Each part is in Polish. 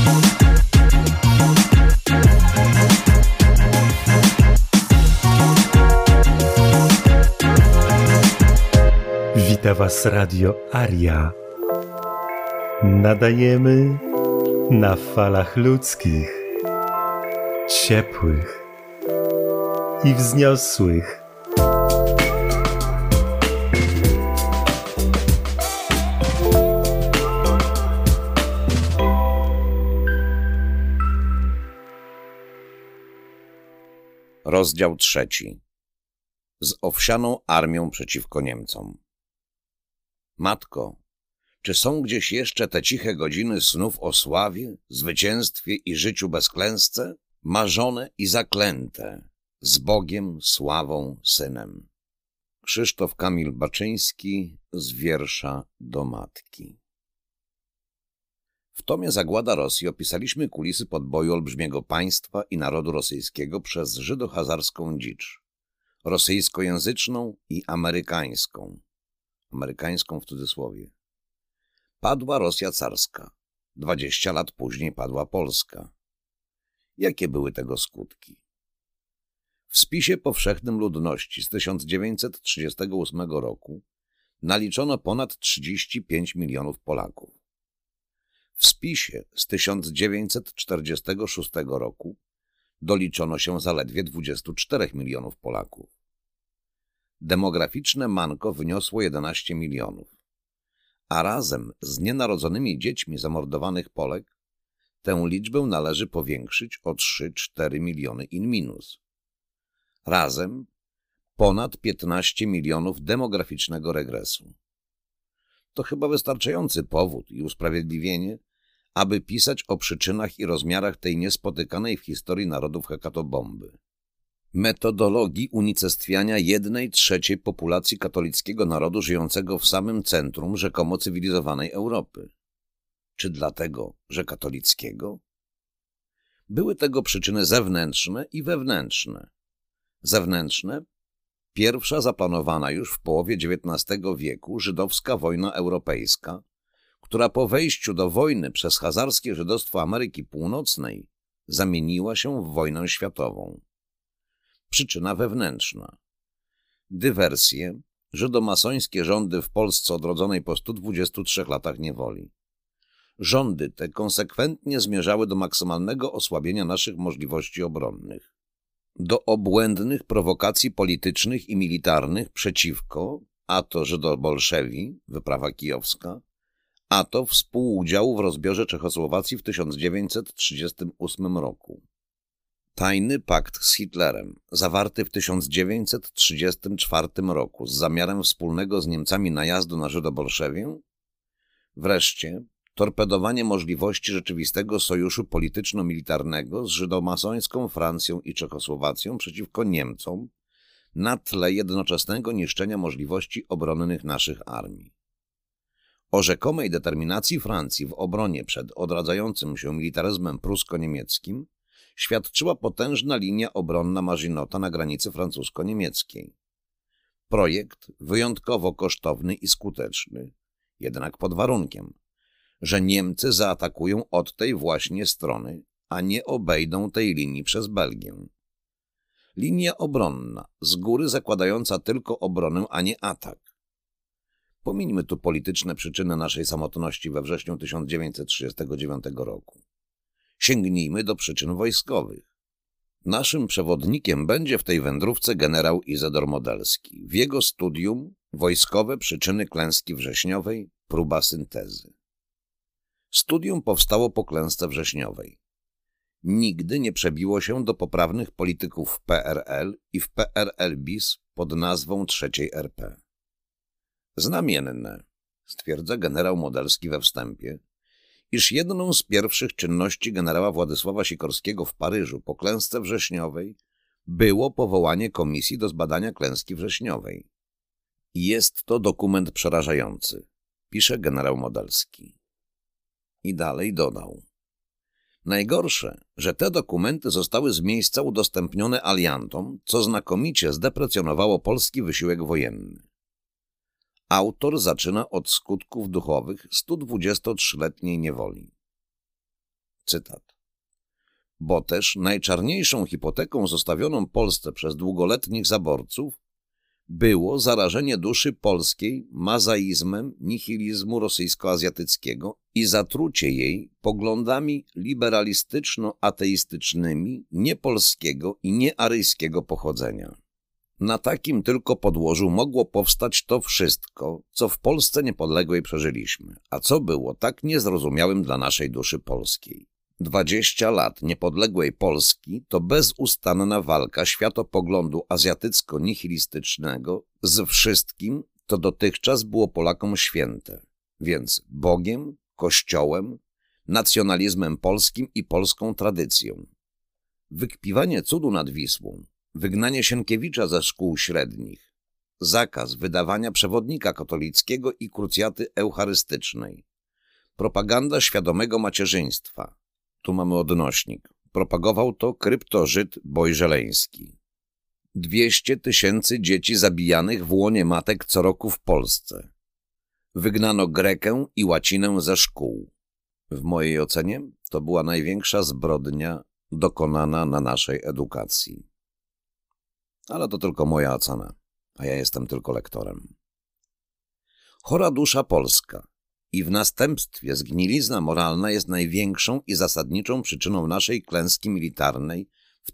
Wita Was Radio Aria. Nadajemy na falach ludzkich, ciepłych i wzniosłych. Rozdział 3. Z owsianą armią przeciwko Niemcom. Matko, czy są gdzieś jeszcze te ciche godziny snów o sławie, zwycięstwie i życiu bez klęsce, marzone i zaklęte, z Bogiem, sławą, Synem? Krzysztof Kamil Baczyński z wiersza do matki. W tomie Zagłada Rosji opisaliśmy kulisy podboju olbrzymiego państwa i narodu rosyjskiego przez żydo-hazarską dzicz, rosyjskojęzyczną i amerykańską w cudzysłowie. Padła Rosja carska. 20 lat później padła Polska. Jakie były tego skutki? W spisie powszechnym ludności z 1938 roku naliczono ponad 35 milionów Polaków. W spisie z 1946 roku doliczono się zaledwie 24 milionów Polaków. Demograficzne manko wyniosło 11 milionów, a razem z nienarodzonymi dziećmi zamordowanych Polek tę liczbę należy powiększyć o 3-4 miliony in minus. Razem ponad 15 milionów demograficznego regresu. To chyba wystarczający powód i usprawiedliwienie, aby pisać o przyczynach i rozmiarach tej niespotykanej w historii narodów hekatobomby. Metodologii unicestwiania 1/3 populacji katolickiego narodu żyjącego w samym centrum rzekomo cywilizowanej Europy. Czy dlatego, że katolickiego? Były tego przyczyny zewnętrzne i wewnętrzne. Zewnętrzne? Pierwsza zaplanowana już w połowie XIX wieku żydowska wojna europejska, która po wejściu do wojny przez hazarskie żydostwo Ameryki Północnej zamieniła się w wojnę światową. Przyczyna wewnętrzna. Dywersje, żydomasońskie rządy w Polsce odrodzonej po 123 latach niewoli. Rządy te konsekwentnie zmierzały do maksymalnego osłabienia naszych możliwości obronnych. Do obłędnych prowokacji politycznych i militarnych przeciwko, a to Żydobolszewi, wyprawa kijowska, a to współudziału w rozbiorze Czechosłowacji w 1938 roku. Tajny pakt z Hitlerem, zawarty w 1934 roku z zamiarem wspólnego z Niemcami najazdu na Żydobolszewię. Wreszcie torpedowanie możliwości rzeczywistego sojuszu polityczno-militarnego z żydomasońską Francją i Czechosłowacją przeciwko Niemcom na tle jednoczesnego niszczenia możliwości obronnych naszych armii. O rzekomej determinacji Francji w obronie przed odradzającym się militaryzmem prusko-niemieckim świadczyła potężna linia obronna Maginota na granicy francusko-niemieckiej. Projekt wyjątkowo kosztowny i skuteczny, jednak pod warunkiem, że Niemcy zaatakują od tej właśnie strony, a nie obejdą tej linii przez Belgię. Linia obronna, z góry zakładająca tylko obronę, a nie atak. Pomińmy tu polityczne przyczyny naszej samotności we wrześniu 1939 roku. Sięgnijmy do przyczyn wojskowych. Naszym przewodnikiem będzie w tej wędrówce generał Izydor Modelski. W jego studium Wojskowe przyczyny klęski wrześniowej, próba syntezy. Studium powstało po klęsce wrześniowej. Nigdy nie przebiło się do poprawnych polityków w PRL i w PRL bis pod nazwą III RP. Znamienne, stwierdza generał Modelski we wstępie, iż jedną z pierwszych czynności generała Władysława Sikorskiego w Paryżu po klęsce wrześniowej było powołanie komisji do zbadania klęski wrześniowej. Jest to dokument przerażający, pisze generał Modelski. I dalej dodał. Najgorsze, że te dokumenty zostały z miejsca udostępnione aliantom, co znakomicie zdeprecjonowało polski wysiłek wojenny. Autor zaczyna od skutków duchowych 123-letniej niewoli. Cytat. Bo też najczarniejszą hipoteką zostawioną Polsce przez długoletnich zaborców było zarażenie duszy polskiej mazaizmem nihilizmu rosyjsko-azjatyckiego i zatrucie jej poglądami liberalistyczno-ateistycznymi niepolskiego i niearyjskiego pochodzenia. Na takim tylko podłożu mogło powstać to wszystko, co w Polsce niepodległej przeżyliśmy, a co było tak niezrozumiałym dla naszej duszy polskiej. 20 lat niepodległej Polski to bezustanna walka światopoglądu azjatycko-nihilistycznego z wszystkim, co dotychczas było Polakom święte, więc Bogiem, Kościołem, nacjonalizmem polskim i polską tradycją. Wykpiwanie cudu nad Wisłą, wygnanie Sienkiewicza ze szkół średnich, zakaz wydawania przewodnika katolickiego i krucjaty eucharystycznej, propaganda świadomego macierzyństwa. Tu mamy odnośnik. Propagował to kryptożyd Bojżeleński. 200 000 dzieci zabijanych w łonie matek co roku w Polsce. Wygnano Grekę i łacinę ze szkół. W mojej ocenie to była największa zbrodnia dokonana na naszej edukacji. Ale to tylko moja ocena, a ja jestem tylko lektorem. Chora dusza polska i w następstwie zgnilizna moralna jest największą i zasadniczą przyczyną naszej klęski militarnej w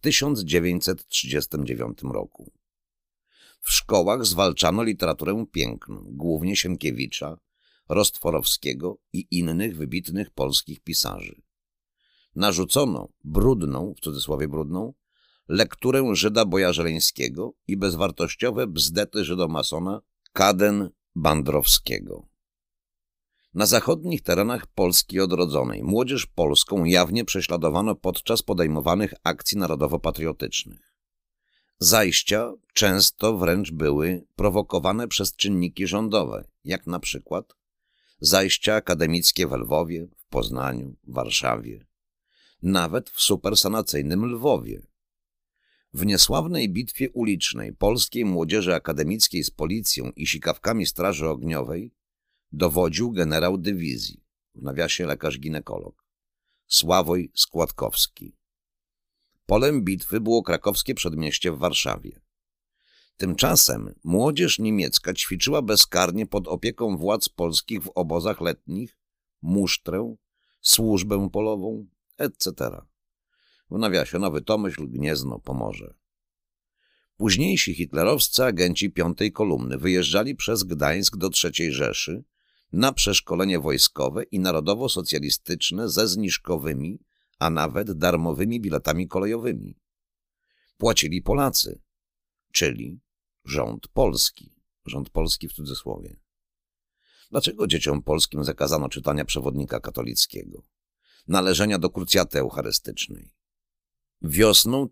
1939 roku. W szkołach zwalczano literaturę piękną, głównie Sienkiewicza, Rostworowskiego i innych wybitnych polskich pisarzy. Narzucono brudną, w cudzysłowie brudną, lekturę Żyda Bojażeleńskiego i bezwartościowe bzdety żydomasona Kaden-Bandrowskiego. Na zachodnich terenach Polski odrodzonej młodzież polską jawnie prześladowano podczas podejmowanych akcji narodowo-patriotycznych. Zajścia często wręcz były prowokowane przez czynniki rządowe, jak na przykład zajścia akademickie w Lwowie, w Poznaniu, w Warszawie, nawet w supersanacyjnym Lwowie. W niesławnej bitwie ulicznej polskiej młodzieży akademickiej z policją i sikawkami Straży Ogniowej dowodził generał dywizji, w nawiasie lekarz-ginekolog, Sławoj Składkowski. Polem bitwy było krakowskie przedmieście w Warszawie. Tymczasem młodzież niemiecka ćwiczyła bezkarnie pod opieką władz polskich w obozach letnich musztrę, służbę polową, etc. W nawiasie Nowy Tomyśl, Gniezno, Pomorze. Późniejsi hitlerowscy agenci Piątej Kolumny wyjeżdżali przez Gdańsk do III Rzeszy na przeszkolenie wojskowe i narodowo-socjalistyczne ze zniżkowymi, a nawet darmowymi biletami kolejowymi. Płacili Polacy, czyli rząd polski w cudzysłowie. Dlaczego dzieciom polskim zakazano czytania przewodnika katolickiego, należenia do krucjaty eucharystycznej? Wiosną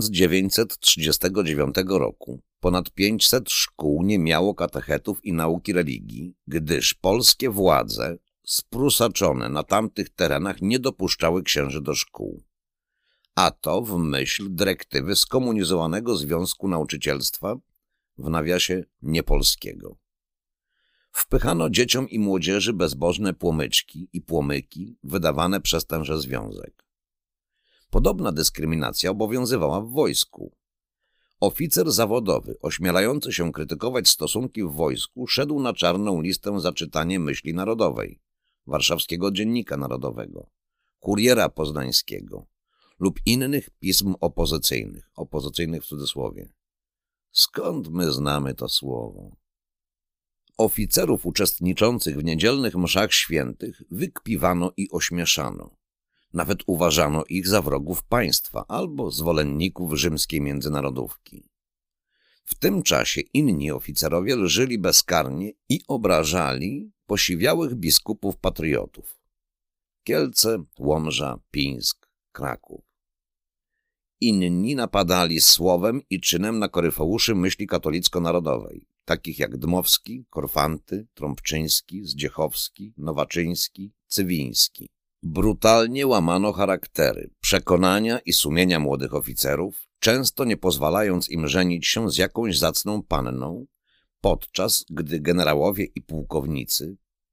1939 roku ponad 500 szkół nie miało katechetów i nauki religii, gdyż polskie władze sprusaczone na tamtych terenach nie dopuszczały księży do szkół. A to w myśl dyrektywy skomunizowanego Związku Nauczycielstwa, w nawiasie niepolskiego. Wpychano dzieciom i młodzieży bezbożne płomyczki i płomyki wydawane przez tenże związek. Podobna dyskryminacja obowiązywała w wojsku. Oficer zawodowy, ośmielający się krytykować stosunki w wojsku, szedł na czarną listę za czytanie Myśli Narodowej, Warszawskiego Dziennika Narodowego, Kuriera Poznańskiego lub innych pism opozycyjnych w cudzysłowie. Skąd my znamy to słowo? Oficerów uczestniczących w niedzielnych mszach świętych wykpiwano i ośmieszano. Nawet uważano ich za wrogów państwa albo zwolenników rzymskiej międzynarodówki. W tym czasie inni oficerowie lżyli bezkarnie i obrażali posiwiałych biskupów patriotów. Kielce, Łomża, Pińsk, Kraków. Inni napadali słowem i czynem na koryfeuszy myśli katolicko-narodowej, takich jak Dmowski, Korfanty, Trąbczyński, Zdziechowski, Nowaczyński, Cywiński. Brutalnie łamano charaktery, przekonania i sumienia młodych oficerów, często nie pozwalając im żenić się z jakąś zacną panną, podczas gdy generałowie i pułkownicy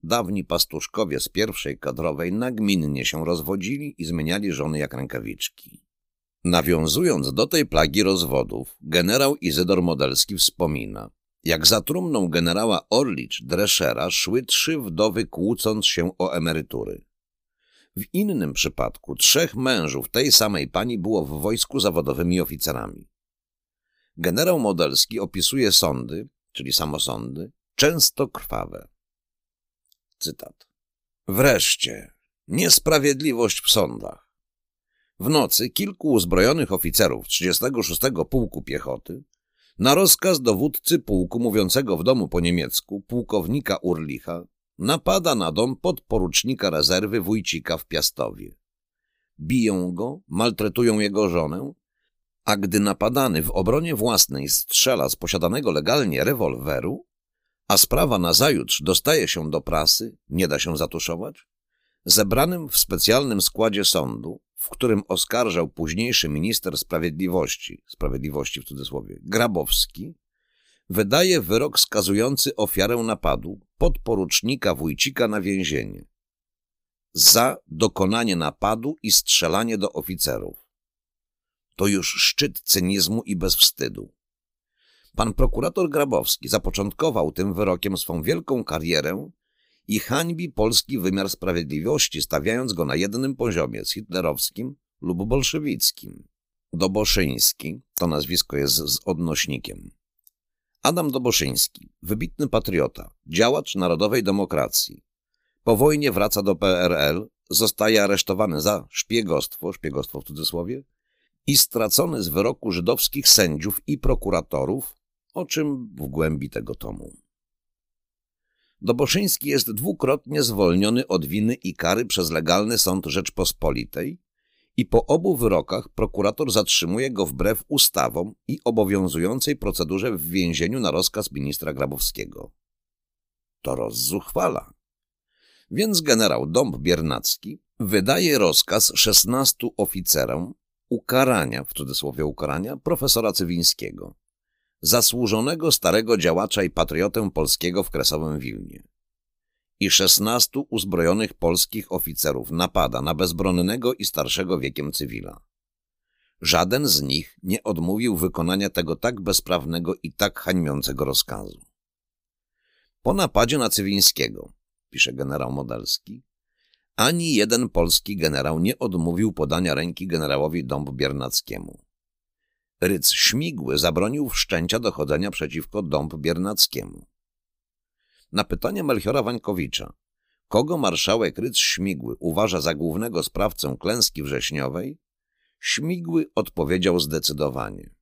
dawni pastuszkowie z pierwszej kadrowej nagminnie się rozwodzili i zmieniali żony jak rękawiczki. Nawiązując do tej plagi rozwodów, generał Izydor Modelski wspomina, jak za trumną generała Orlicz-Dreschera szły 3 wdowy kłócąc się o emerytury. W innym przypadku 3 mężów tej samej pani było w wojsku zawodowymi oficerami. Generał Modelski opisuje sądy, czyli samosądy, często krwawe. Cytat. Wreszcie, niesprawiedliwość w sądach. W nocy kilku uzbrojonych oficerów 36. Pułku Piechoty na rozkaz dowódcy pułku mówiącego w domu po niemiecku, pułkownika Urlicha, napada na dom podporucznika rezerwy Wójcika w Piastowie. Biją go, maltretują jego żonę, a gdy napadany w obronie własnej strzela z posiadanego legalnie rewolweru, a sprawa nazajutrz dostaje się do prasy, nie da się zatuszować, zebranym w specjalnym składzie sądu, w którym oskarżał późniejszy minister sprawiedliwości w cudzysłowie, Grabowski, wydaje wyrok skazujący ofiarę napadu, podporucznika Wójcika, na więzienie za dokonanie napadu i strzelanie do oficerów. To już szczyt cynizmu i bezwstydu. Pan prokurator Grabowski zapoczątkował tym wyrokiem swą wielką karierę i hańbi polski wymiar sprawiedliwości, stawiając go na jednym poziomie z hitlerowskim lub bolszewickim. Doboszyński, to nazwisko jest z odnośnikiem. Adam Doboszyński, wybitny patriota, działacz narodowej demokracji. Po wojnie wraca do PRL, zostaje aresztowany za szpiegostwo w cudzysłowie, i stracony z wyroku żydowskich sędziów i prokuratorów, o czym w głębi tego tomu. Doboszyński jest 2-krotnie zwolniony od winy i kary przez legalny sąd Rzeczpospolitej i po obu wyrokach prokurator zatrzymuje go wbrew ustawom i obowiązującej procedurze w więzieniu na rozkaz ministra Grabowskiego. To rozzuchwala. Więc generał Dąb-Biernacki wydaje rozkaz 16 oficerom ukarania, w cudzysłowie ukarania, profesora Cywińskiego, zasłużonego starego działacza i patriotę polskiego w Kresowym Wilnie. I 16 uzbrojonych polskich oficerów napada na bezbronnego i starszego wiekiem cywila. Żaden z nich nie odmówił wykonania tego tak bezprawnego i tak hańbiącego rozkazu. Po napadzie na Cywińskiego, pisze generał Modelski, ani jeden polski generał nie odmówił podania ręki generałowi Dąb-Biernackiemu. Rydz Śmigły zabronił wszczęcia dochodzenia przeciwko Dąb-Biernackiemu. Na pytanie Melchiora Wańkowicza, kogo marszałek Rydz Śmigły uważa za głównego sprawcę klęski wrześniowej, Śmigły odpowiedział zdecydowanie: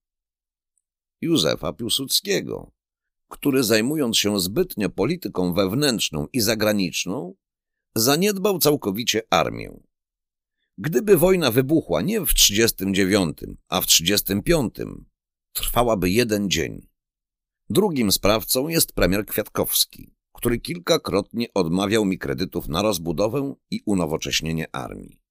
Józefa Piłsudskiego, który zajmując się zbytnio polityką wewnętrzną i zagraniczną, zaniedbał całkowicie armię. Gdyby wojna wybuchła nie w 39, a w 35, trwałaby 1 dzień. Drugim sprawcą jest premier Kwiatkowski, który kilkakrotnie odmawiał mi kredytów na rozbudowę i unowocześnienie armii.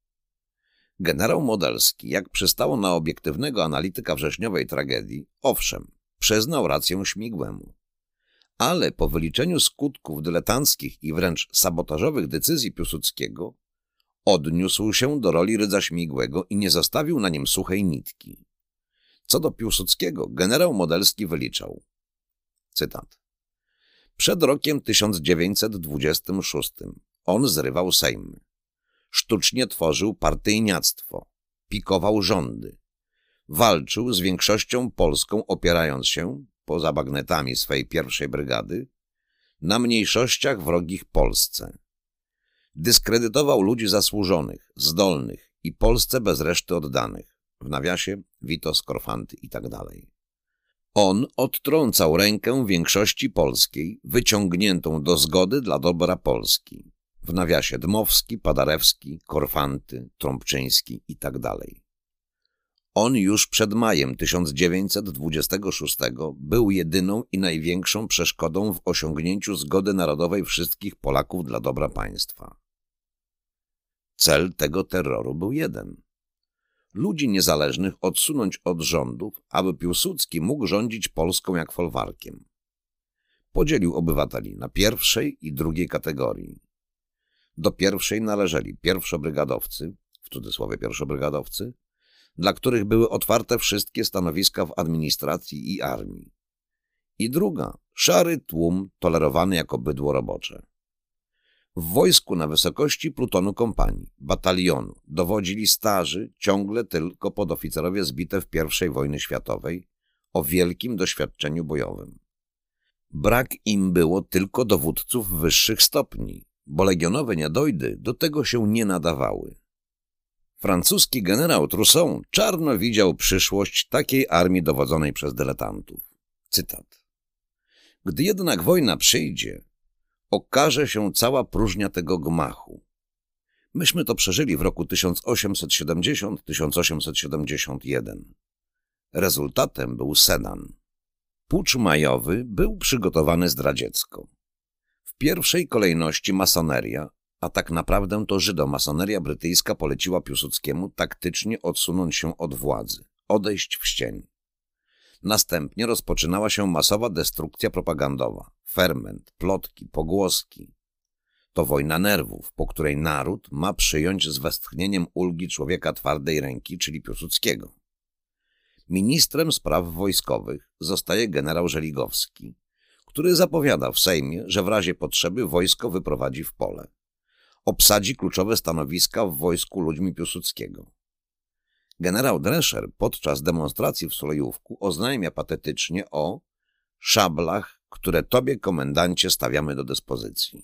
Generał Modelski, jak przystało na obiektywnego analityka wrześniowej tragedii, owszem, przyznał rację Śmigłemu. Ale po wyliczeniu skutków dyletanckich i wręcz sabotażowych decyzji Piłsudskiego odniósł się do roli Rydza Śmigłego i nie zostawił na nim suchej nitki. Co do Piłsudskiego, generał Modelski wyliczał. Cytat. Przed rokiem 1926 on zrywał sejmy. Sztucznie tworzył partyjniactwo, pikował rządy. Walczył z większością polską, opierając się, poza bagnetami swej pierwszej brygady, na mniejszościach wrogich Polsce. Dyskredytował ludzi zasłużonych, zdolnych i Polsce bez reszty oddanych, w nawiasie Witos, Korfanty itd. On odtrącał rękę większości polskiej, wyciągniętą do zgody dla dobra Polski, w nawiasie Dmowski, Padarewski, Korfanty, Trąbczyński itd. On już przed majem 1926 był jedyną i największą przeszkodą w osiągnięciu zgody narodowej wszystkich Polaków dla dobra państwa. Cel tego terroru był jeden. Ludzi niezależnych odsunąć od rządów, aby Piłsudski mógł rządzić Polską jak folwarkiem. podzielił obywateli na pierwszej i drugiej kategorii. Do pierwszej należeli pierwszobrygadowcy, w cudzysłowie pierwszobrygadowcy, dla których były otwarte wszystkie stanowiska w administracji i armii. I druga, szary tłum tolerowany jako bydło robocze. W wojsku na wysokości plutonu kompanii, batalionu dowodzili starzy, ciągle tylko podoficerowie zbite w I wojnie światowej, o wielkim doświadczeniu bojowym. Brak im było tylko dowódców wyższych stopni, bo legionowe niedojdy do tego się nie nadawały. Francuski generał Trousseau czarno widział przyszłość takiej armii dowodzonej przez dyletantów. Cytat. Gdy jednak wojna przyjdzie, okaże się cała próżnia tego gmachu. Myśmy to przeżyli w roku 1870-1871. Rezultatem był Sedan. Pucz majowy był przygotowany zdradziecko. W pierwszej kolejności masoneria, a tak naprawdę to żydomasoneria brytyjska poleciła Piłsudskiemu taktycznie odsunąć się od władzy, odejść w cień. Następnie rozpoczynała się masowa destrukcja propagandowa, ferment, plotki, pogłoski. To wojna nerwów, po której naród ma przyjąć z westchnieniem ulgi człowieka twardej ręki, czyli Piłsudskiego. Ministrem spraw wojskowych zostaje generał Żeligowski, który zapowiada w Sejmie, że w razie potrzeby wojsko wyprowadzi w pole. Obsadzi kluczowe stanowiska w wojsku ludźmi Piłsudskiego. Generał Drescher podczas demonstracji w Sulejówku oznajmia patetycznie o szablach, które tobie, komendancie, stawiamy do dyspozycji.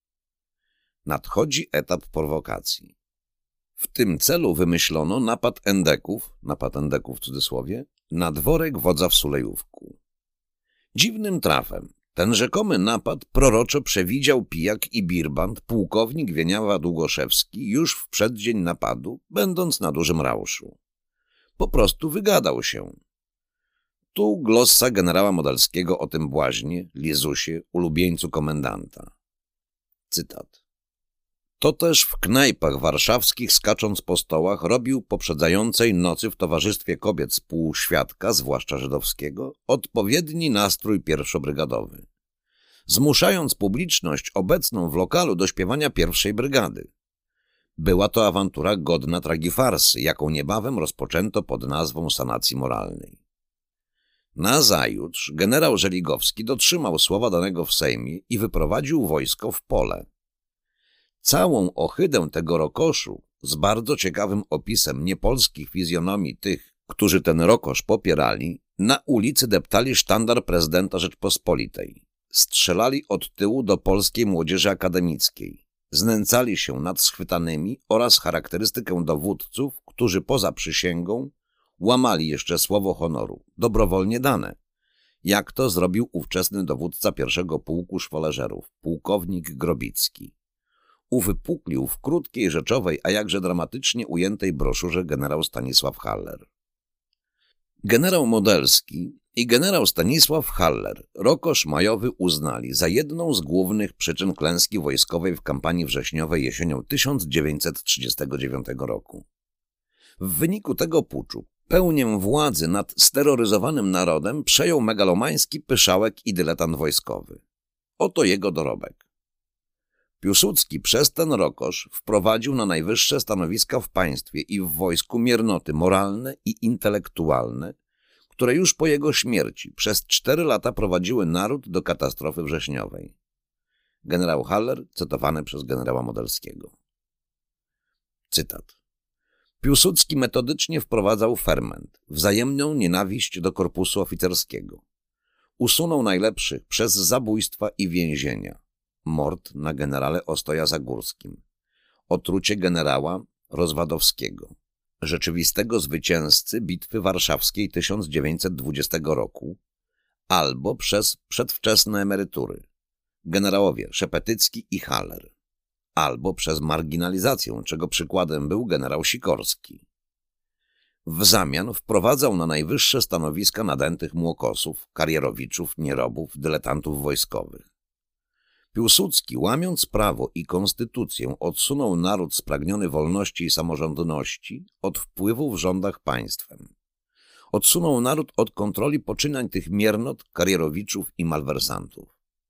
Nadchodzi etap prowokacji. W tym celu wymyślono napad endeków w cudzysłowie, na dworek wodza w Sulejówku. Dziwnym trafem ten rzekomy napad proroczo przewidział pijak i birbant pułkownik Wieniawa Długoszewski już w przeddzień napadu, będąc na dużym rauszu. Po prostu wygadał się. Tu glossa generała Modelskiego o tym błaźnie, Lizusie, ulubieńcu komendanta. Cytat. To też w knajpach warszawskich, skacząc po stołach, robił poprzedzającej nocy w towarzystwie kobiet z półświadka, zwłaszcza żydowskiego, odpowiedni nastrój pierwszobrygadowy, zmuszając publiczność obecną w lokalu do śpiewania pierwszej brygady. Była to awantura godna tragifarsy, jaką niebawem rozpoczęto pod nazwą sanacji moralnej. Nazajutrz generał Żeligowski dotrzymał słowa danego w Sejmie i wyprowadził wojsko w pole. Całą ohydę tego rokoszu z bardzo ciekawym opisem niepolskich fizjonomii tych, którzy ten rokosz popierali, na ulicy deptali sztandar prezydenta Rzeczpospolitej, strzelali od tyłu do polskiej młodzieży akademickiej, znęcali się nad schwytanymi oraz charakterystykę dowódców, którzy poza przysięgą łamali jeszcze słowo honoru, dobrowolnie dane, jak to zrobił ówczesny dowódca pierwszego pułku szwoleżerów, pułkownik Grobicki. Uwypuklił w krótkiej, rzeczowej, a jakże dramatycznie ujętej broszurze generał Stanisław Haller. Generał Modelski i generał Stanisław Haller rokosz majowy uznali za jedną z głównych przyczyn klęski wojskowej w kampanii wrześniowej jesienią 1939 roku. W wyniku tego puczu pełnię władzy nad steroryzowanym narodem przejął megalomański pyszałek i dyletant wojskowy. Oto jego dorobek. Piłsudski przez ten rokosz wprowadził na najwyższe stanowiska w państwie i w wojsku miernoty moralne i intelektualne, które już po jego śmierci przez 4 lata prowadziły naród do katastrofy wrześniowej. Generał Haller, cytowany przez generała Modelskiego. Cytat. Piłsudski metodycznie wprowadzał ferment, wzajemną nienawiść do korpusu oficerskiego. Usunął najlepszych przez zabójstwa i więzienia. Mord na generale Ostoja Zagórskim, otrucie generała Rozwadowskiego, rzeczywistego zwycięzcy Bitwy Warszawskiej 1920 roku, albo przez przedwczesne emerytury, generałowie Szepetycki i Haller, albo przez marginalizację, czego przykładem był generał Sikorski. W zamian wprowadzał na najwyższe stanowiska nadętych młokosów, karierowiczów, nierobów, dyletantów wojskowych. Piłsudski, łamiąc prawo i konstytucję, odsunął naród spragniony wolności i samorządności od wpływu w rządach państwem. Odsunął naród od kontroli poczynań tych miernot, karierowiczów i malwersantów.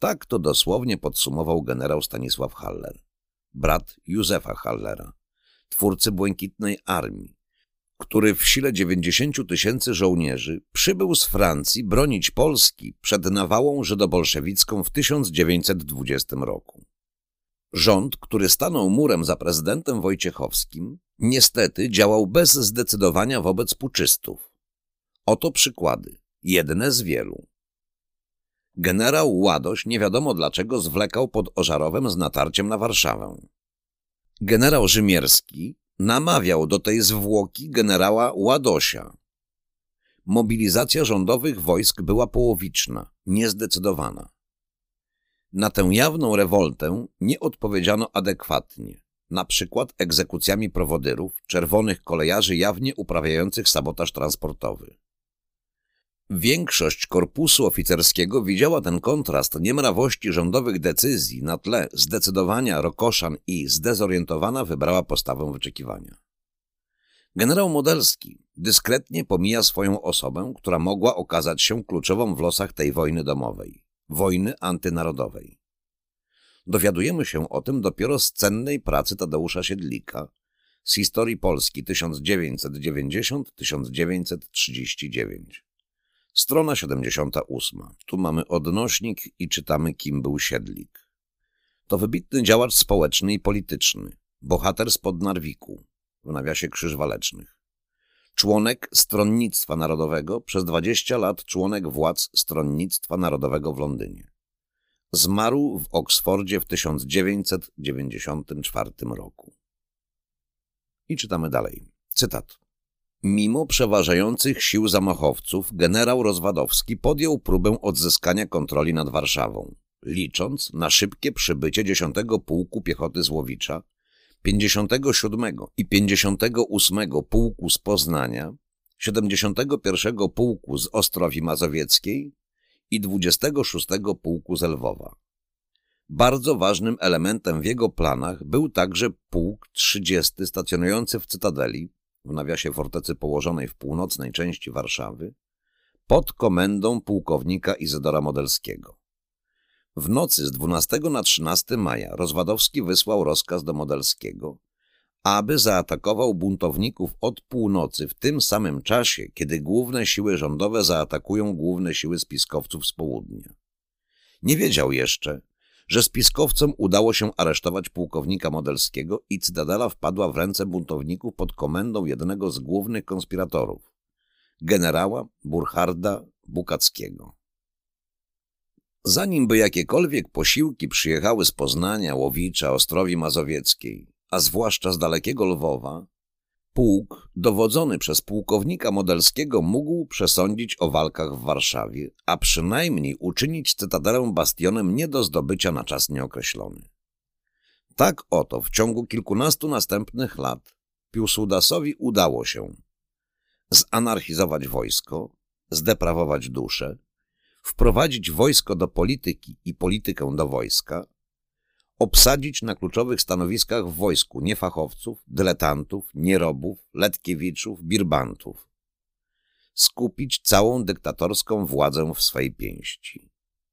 Tak to dosłownie podsumował generał Stanisław Haller, brat Józefa Hallera, twórcy Błękitnej Armii, który w sile 90 000 żołnierzy przybył z Francji bronić Polski przed nawałą żydobolszewicką w 1920 roku. Rząd, który stanął murem za prezydentem Wojciechowskim, niestety działał bez zdecydowania wobec puczystów. Oto przykłady, jedne z wielu. Generał Ładoś nie wiadomo dlaczego zwlekał pod Ożarowem z natarciem na Warszawę. Generał Rzymierski namawiał do tej zwłoki generała Ładosia. Mobilizacja rządowych wojsk była połowiczna, niezdecydowana. Na tę jawną rewoltę nie odpowiedziano adekwatnie, na przykład egzekucjami prowodyrów, czerwonych kolejarzy jawnie uprawiających sabotaż transportowy. Większość korpusu oficerskiego widziała ten kontrast niemrawości rządowych decyzji na tle zdecydowania rokoszan i zdezorientowana wybrała postawę wyczekiwania. Generał Modelski dyskretnie pomija swoją osobę, która mogła okazać się kluczową w losach tej wojny domowej, wojny antynarodowej. Dowiadujemy się o tym dopiero z cennej pracy Tadeusza Siedlika z historii Polski 1990-1939. Strona 78. Tu mamy odnośnik i czytamy, kim był Siedlik. To wybitny działacz społeczny i polityczny, bohater spod Narwiku, w nawiasie Krzyż Walecznych. Członek Stronnictwa Narodowego, przez 20 lat członek władz Stronnictwa Narodowego w Londynie. Zmarł w Oksfordzie w 1994 roku. I czytamy dalej. Cytat. Mimo przeważających sił zamachowców generał Rozwadowski podjął próbę odzyskania kontroli nad Warszawą, licząc na szybkie przybycie 10 Pułku Piechoty z Łowicza, 57 i 58 Pułku z Poznania, 71 Pułku z Ostrowi Mazowieckiej i 26 Pułku z Lwowa. Bardzo ważnym elementem w jego planach był także Pułk 30 stacjonujący w Cytadeli, w nawiasie fortecy położonej w północnej części Warszawy, pod komendą pułkownika Izydora Modelskiego. W nocy z 12 na 13 maja Rozwadowski wysłał rozkaz do Modelskiego, aby zaatakował buntowników od północy w tym samym czasie, kiedy główne siły rządowe zaatakują główne siły spiskowców z południa. Nie wiedział jeszcze, że spiskowcom udało się aresztować pułkownika Modelskiego i Cytadela wpadła w ręce buntowników pod komendą jednego z głównych konspiratorów, generała Burcharda Bukackiego. Zanim by jakiekolwiek posiłki przyjechały z Poznania, Łowicza, Ostrowi Mazowieckiej, a zwłaszcza z dalekiego Lwowa, pułk dowodzony przez pułkownika Modelskiego mógł przesądzić o walkach w Warszawie, a przynajmniej uczynić Cytadelę bastionem nie do zdobycia na czas nieokreślony. Tak oto w ciągu kilkunastu następnych lat Piłsudasowi udało się zanarchizować wojsko, zdeprawować duszę, wprowadzić wojsko do polityki i politykę do wojska, obsadzić na kluczowych stanowiskach w wojsku niefachowców, dyletantów, nierobów, letkiewiczów, birbantów. Skupić całą dyktatorską władzę w swej pięści.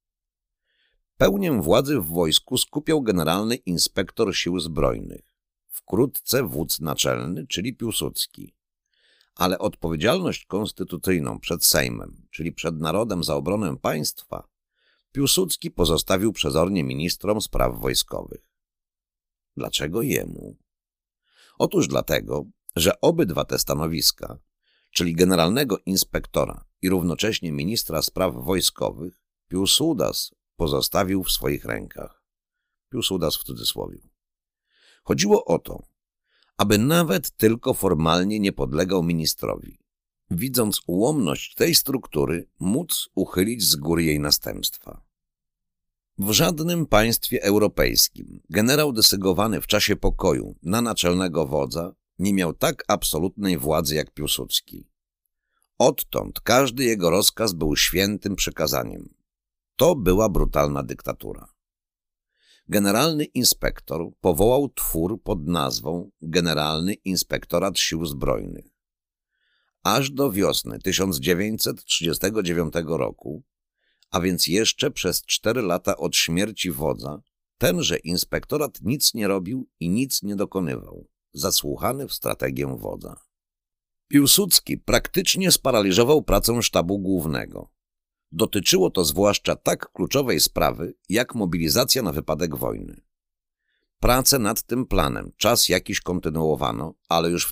Pełnię władzy w wojsku skupiał generalny inspektor sił zbrojnych, wkrótce wódz naczelny, czyli Piłsudski. Ale odpowiedzialność konstytucyjną przed Sejmem, czyli przed narodem za obronę państwa, Piłsudski pozostawił przezornie ministrom spraw wojskowych. Dlaczego jemu? Otóż dlatego, że obydwa te stanowiska, czyli generalnego inspektora i równocześnie ministra spraw wojskowych, Piłsudas pozostawił w swoich rękach. Piłsudas w cudzysłowie. Chodziło o to, aby nawet tylko formalnie nie podlegał ministrowi, widząc ułomność tej struktury, móc uchylić z góry jej następstwa. W żadnym państwie europejskim generał desygowany w czasie pokoju na naczelnego wodza nie miał tak absolutnej władzy jak Piłsudski. Odtąd każdy jego rozkaz był świętym przykazaniem. To była brutalna dyktatura. Generalny inspektor powołał twór pod nazwą Generalny Inspektorat Sił Zbrojnych. Aż do wiosny 1939 roku a więc jeszcze przez 4 lata od śmierci wodza, tenże inspektorat nic nie robił i nic nie dokonywał, zasłuchany w strategię wodza. Piłsudski praktycznie sparaliżował pracę sztabu głównego. Dotyczyło to zwłaszcza tak kluczowej sprawy, jak mobilizacja na wypadek wojny. Pracę nad tym planem czas jakiś kontynuowano, ale już w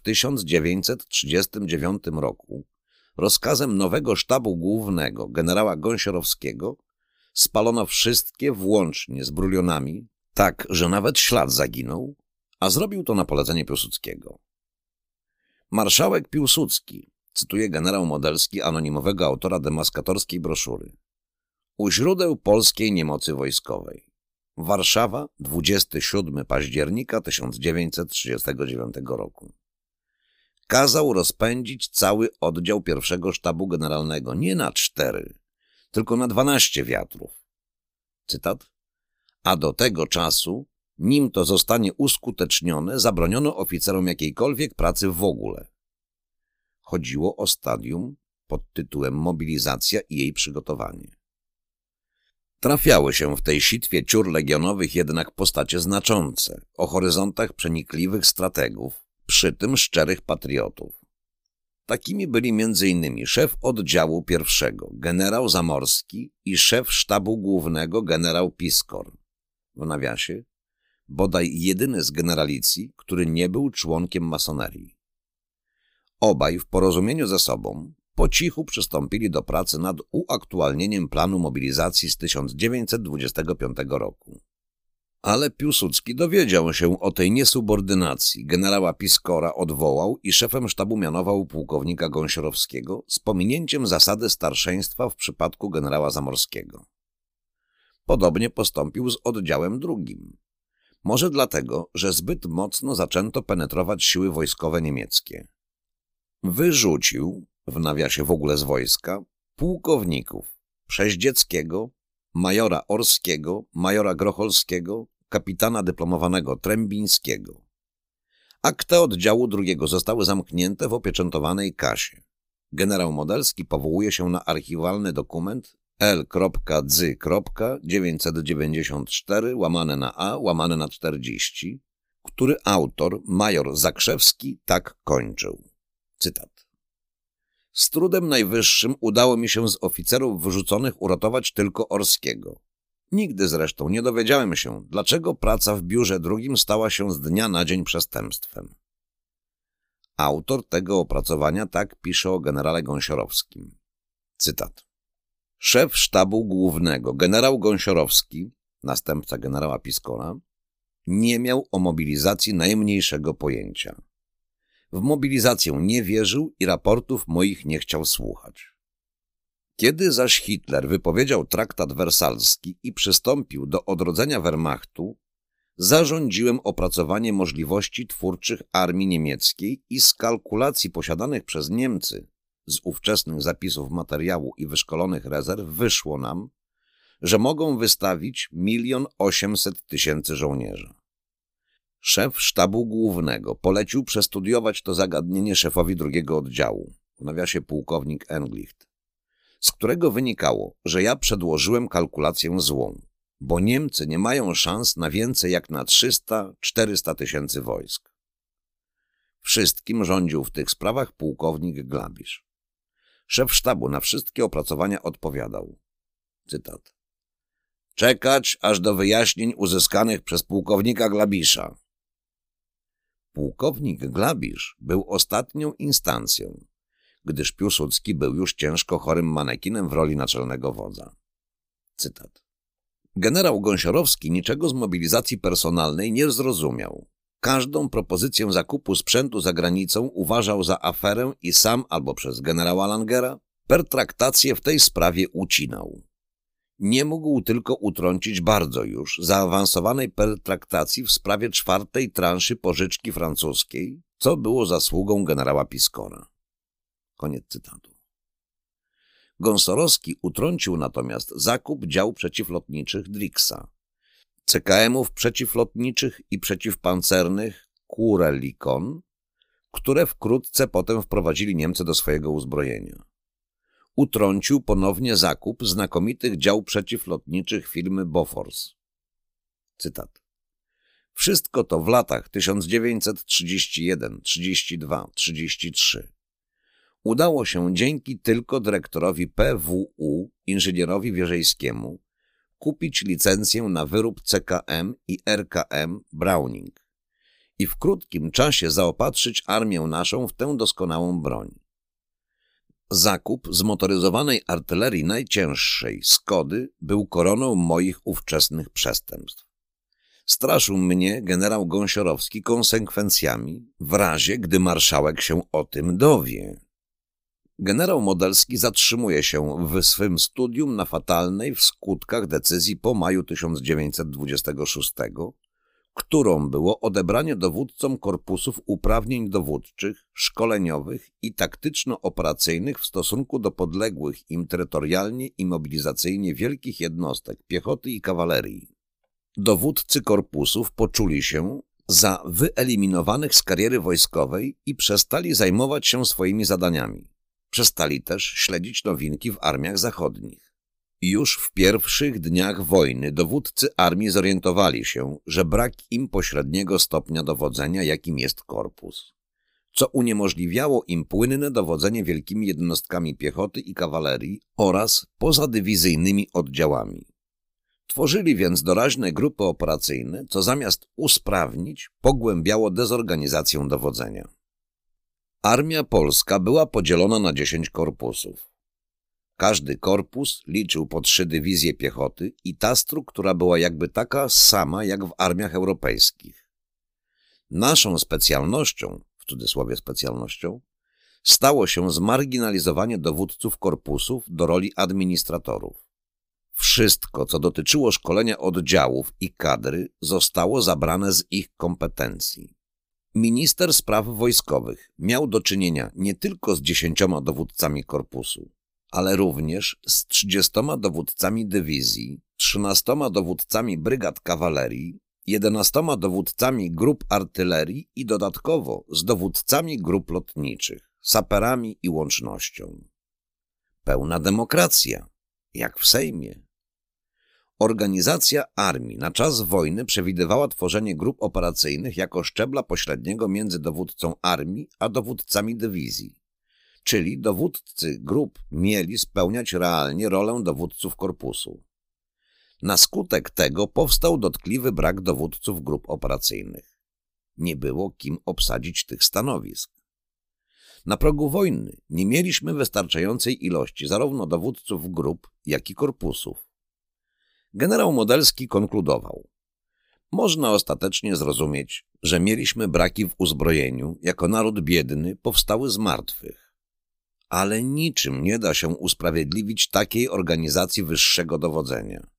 1939 roku rozkazem nowego sztabu głównego generała Gąsiorowskiego spalono wszystkie włącznie z brulionami, tak, że nawet ślad zaginął, a zrobił to na polecenie Piłsudskiego. Marszałek Piłsudski, cytuje generał Modelski, anonimowego autora demaskatorskiej broszury, u źródeł polskiej niemocy wojskowej. Warszawa, 27 października 1939 roku. Kazał rozpędzić cały oddział pierwszego sztabu generalnego nie na 4, tylko na 12 wiatrów. Cytat. A do tego czasu, nim to zostanie uskutecznione, zabroniono oficerom jakiejkolwiek pracy w ogóle. Chodziło o stadium pod tytułem mobilizacja i jej przygotowanie. Trafiały się w tej sitwie ciur legionowych jednak postacie znaczące, o horyzontach przenikliwych strategów, przy tym szczerych patriotów. Takimi byli m.in. szef oddziału pierwszego, generał Zamorski i szef sztabu głównego, generał Piskor. W nawiasie, bodaj jedyny z generalicji, który nie był członkiem masonerii. Obaj w porozumieniu ze sobą po cichu przystąpili do pracy nad uaktualnieniem planu mobilizacji z 1925 roku. Ale Piłsudski dowiedział się o tej niesubordynacji, generała Piskora odwołał i szefem sztabu mianował pułkownika Gąsiorowskiego z pominięciem zasady starszeństwa w przypadku generała Zamorskiego. Podobnie postąpił z oddziałem drugim. Może dlatego, że zbyt mocno zaczęto penetrować siły wojskowe niemieckie. Wyrzucił, w nawiasie w ogóle z wojska, pułkowników Przeździeckiego, majora Orskiego, majora Grocholskiego, kapitana dyplomowanego Trębińskiego. Akta oddziału drugiego zostały zamknięte w opieczętowanej kasie. Generał Modelski powołuje się na archiwalny dokument L.dzy.994/A/40, który autor, major Zakrzewski, tak kończył. Cytat. Z trudem najwyższym udało mi się z oficerów wyrzuconych uratować tylko Orskiego. Nigdy zresztą nie dowiedziałem się, dlaczego praca w biurze drugim stała się z dnia na dzień przestępstwem. Autor tego opracowania tak pisze o generale Gąsiorowskim. Cytat. Szef sztabu głównego, generał Gąsiorowski, następca generała Piskora, nie miał o mobilizacji najmniejszego pojęcia. W mobilizację nie wierzył i raportów moich nie chciał słuchać. Kiedy zaś Hitler wypowiedział traktat wersalski i przystąpił do odrodzenia Wehrmachtu, zarządziłem opracowanie możliwości twórczych armii niemieckiej i z kalkulacji posiadanych przez Niemcy, z ówczesnych zapisów materiału i wyszkolonych rezerw wyszło nam, że mogą wystawić 1 800 000 żołnierzy. Szef sztabu głównego polecił przestudiować to zagadnienie szefowi drugiego oddziału, w nawiasie pułkownik Englicht, z którego wynikało, że ja przedłożyłem kalkulację złą, bo Niemcy nie mają szans na więcej jak na 300–400 000 wojsk. Wszystkim rządził w tych sprawach pułkownik Glabisz. Szef sztabu na wszystkie opracowania odpowiadał, cytat, czekać aż do wyjaśnień uzyskanych przez pułkownika Glabisza. Pułkownik Glabisz był ostatnią instancją, gdyż Piłsudski był już ciężko chorym manekinem w roli naczelnego wodza. Cytat. Generał Gąsiorowski niczego z mobilizacji personalnej nie zrozumiał. Każdą propozycję zakupu sprzętu za granicą uważał za aferę i sam albo przez generała Langera pertraktację w tej sprawie ucinał. Nie mógł tylko utrącić bardzo już zaawansowanej pertraktacji w sprawie 4. transzy pożyczki francuskiej, co było zasługą generała Piskora. Koniec cytatu. Gąsiorowski utrącił natomiast zakup dział przeciwlotniczych Drixa, CKM-ów przeciwlotniczych i przeciwpancernych Kurelikon, które wkrótce potem wprowadzili Niemcy do swojego uzbrojenia. utrącił ponownie zakup znakomitych dział przeciwlotniczych firmy Bofors. Cytat. Wszystko to w latach 1931, 32, 33 udało się dzięki tylko dyrektorowi PWU, inżynierowi Wierzejskiemu, kupić licencję na wyrób CKM i RKM Browning i w krótkim czasie zaopatrzyć armię naszą w tę doskonałą broń. Zakup zmotoryzowanej artylerii najcięższej, Skody, był koroną moich ówczesnych przestępstw. Straszył mnie generał Gąsiorowski konsekwencjami w razie, gdy marszałek się o tym dowie. Generał Modelski zatrzymuje się w swym studium na fatalnej w skutkach decyzji po maju 1926, którą było odebranie dowódcom korpusów uprawnień dowódczych, szkoleniowych i taktyczno-operacyjnych w stosunku do podległych im terytorialnie i mobilizacyjnie wielkich jednostek piechoty i kawalerii. Dowódcy korpusów poczuli się za wyeliminowanych z kariery wojskowej i przestali zajmować się swoimi zadaniami. Przestali też śledzić nowinki w armiach zachodnich. Już w pierwszych dniach wojny dowódcy armii zorientowali się, że brak im pośredniego stopnia dowodzenia, jakim jest korpus, co uniemożliwiało im płynne dowodzenie wielkimi jednostkami piechoty i kawalerii oraz pozadywizyjnymi oddziałami. Tworzyli więc doraźne grupy operacyjne, co zamiast usprawnić, pogłębiało dezorganizację dowodzenia. Armia polska była podzielona na 10 korpusów. Każdy korpus liczył po 3 dywizje piechoty i ta struktura była jakby taka sama jak w armiach europejskich. Naszą specjalnością, w cudzysłowie specjalnością, stało się zmarginalizowanie dowódców korpusów do roli administratorów. Wszystko, co dotyczyło szkolenia oddziałów i kadry, zostało zabrane z ich kompetencji. Minister spraw wojskowych miał do czynienia nie tylko z 10 dowódcami korpusu, ale również z 30 dowódcami dywizji, 13 dowódcami brygad kawalerii, 11 dowódcami grup artylerii i dodatkowo z dowódcami grup lotniczych, saperami i łącznością. Pełna demokracja, jak w Sejmie. Organizacja armii na czas wojny przewidywała tworzenie grup operacyjnych jako szczebla pośredniego między dowódcą armii a dowódcami dywizji, czyli dowódcy grup mieli spełniać realnie rolę dowódców korpusu. Na skutek tego powstał dotkliwy brak dowódców grup operacyjnych. Nie było kim obsadzić tych stanowisk. Na progu wojny nie mieliśmy wystarczającej ilości zarówno dowódców grup, jak i korpusów. Generał Modelski konkludował: można ostatecznie zrozumieć, że mieliśmy braki w uzbrojeniu jako naród biedny powstały z martwych. Ale niczym nie da się usprawiedliwić takiej organizacji wyższego dowodzenia.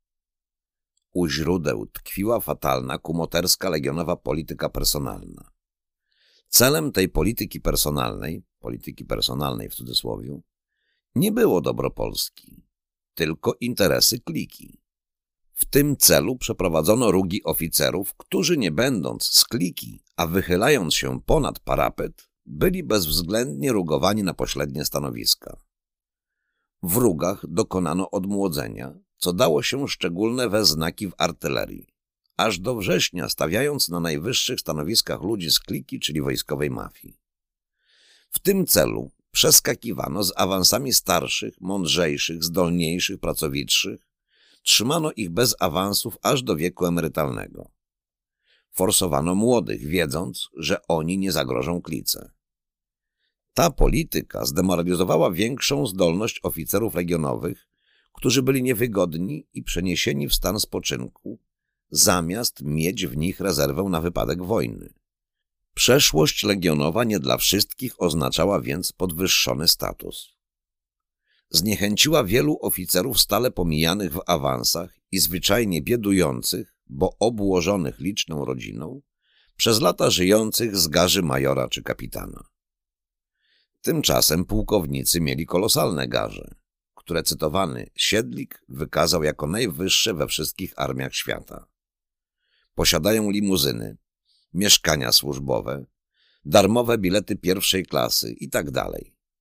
U źródeł tkwiła fatalna kumoterska legionowa polityka personalna. Celem tej polityki personalnej w cudzysłowie, nie było dobro Polski, tylko interesy kliki. W tym celu przeprowadzono rugi oficerów, którzy nie będąc z kliki, a wychylając się ponad parapet, byli bezwzględnie rugowani na pośrednie stanowiska. W rugach dokonano odmłodzenia, co dało się szczególne we znaki w artylerii, aż do września stawiając na najwyższych stanowiskach ludzi z kliki, czyli wojskowej mafii. W tym celu przeskakiwano z awansami starszych, mądrzejszych, zdolniejszych, pracowitszych, trzymano ich bez awansów aż do wieku emerytalnego. Forsowano młodych, wiedząc, że oni nie zagrożą klice. Ta polityka zdemoralizowała większą zdolność oficerów legionowych, którzy byli niewygodni i przeniesieni w stan spoczynku, zamiast mieć w nich rezerwę na wypadek wojny. Przeszłość legionowa nie dla wszystkich oznaczała więc podwyższony status. Zniechęciła wielu oficerów stale pomijanych w awansach i zwyczajnie biedujących, bo obłożonych liczną rodziną, przez lata żyjących z garzy majora czy kapitana. Tymczasem pułkownicy mieli kolosalne garze, które cytowany Siedlik wykazał jako najwyższe we wszystkich armiach świata. Posiadają limuzyny, mieszkania służbowe, darmowe bilety pierwszej klasy itd.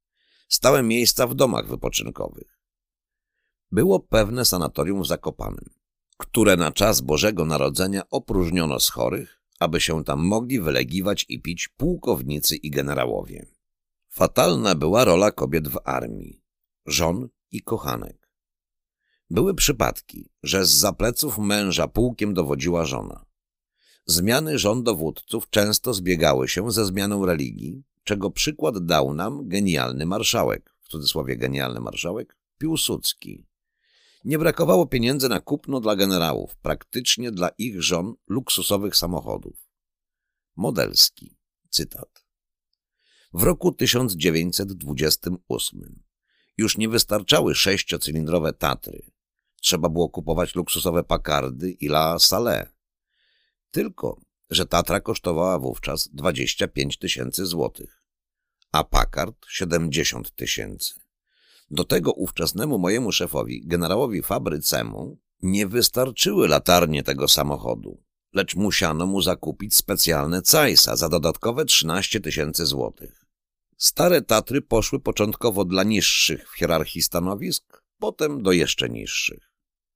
Stałe miejsca w domach wypoczynkowych. Było pewne sanatorium w Zakopanem, które na czas Bożego Narodzenia opróżniono z chorych, aby się tam mogli wylegiwać i pić pułkownicy i generałowie. Fatalna była rola kobiet w armii, żon i kochanek. Były przypadki, że zza pleców męża pułkiem dowodziła żona. Zmiany żon dowódców często zbiegały się ze zmianą religii, czego przykład dał nam genialny marszałek, w cudzysłowie genialny marszałek, Piłsudski. Nie brakowało pieniędzy na kupno dla generałów, praktycznie dla ich żon luksusowych samochodów. Modelski, cytat. W roku 1928 już nie wystarczały 6-cylindrowe Tatry. Trzeba było kupować luksusowe Packardy i La Salle. Tylko że Tatra kosztowała wówczas 25 000 złotych, a Packard 70 000. Do tego ówczesnemu mojemu szefowi, generałowi Fabrycemu, nie wystarczyły latarnie tego samochodu, lecz musiano mu zakupić specjalne Zeissa za dodatkowe 13 000 złotych. Stare Tatry poszły początkowo dla niższych w hierarchii stanowisk, potem do jeszcze niższych.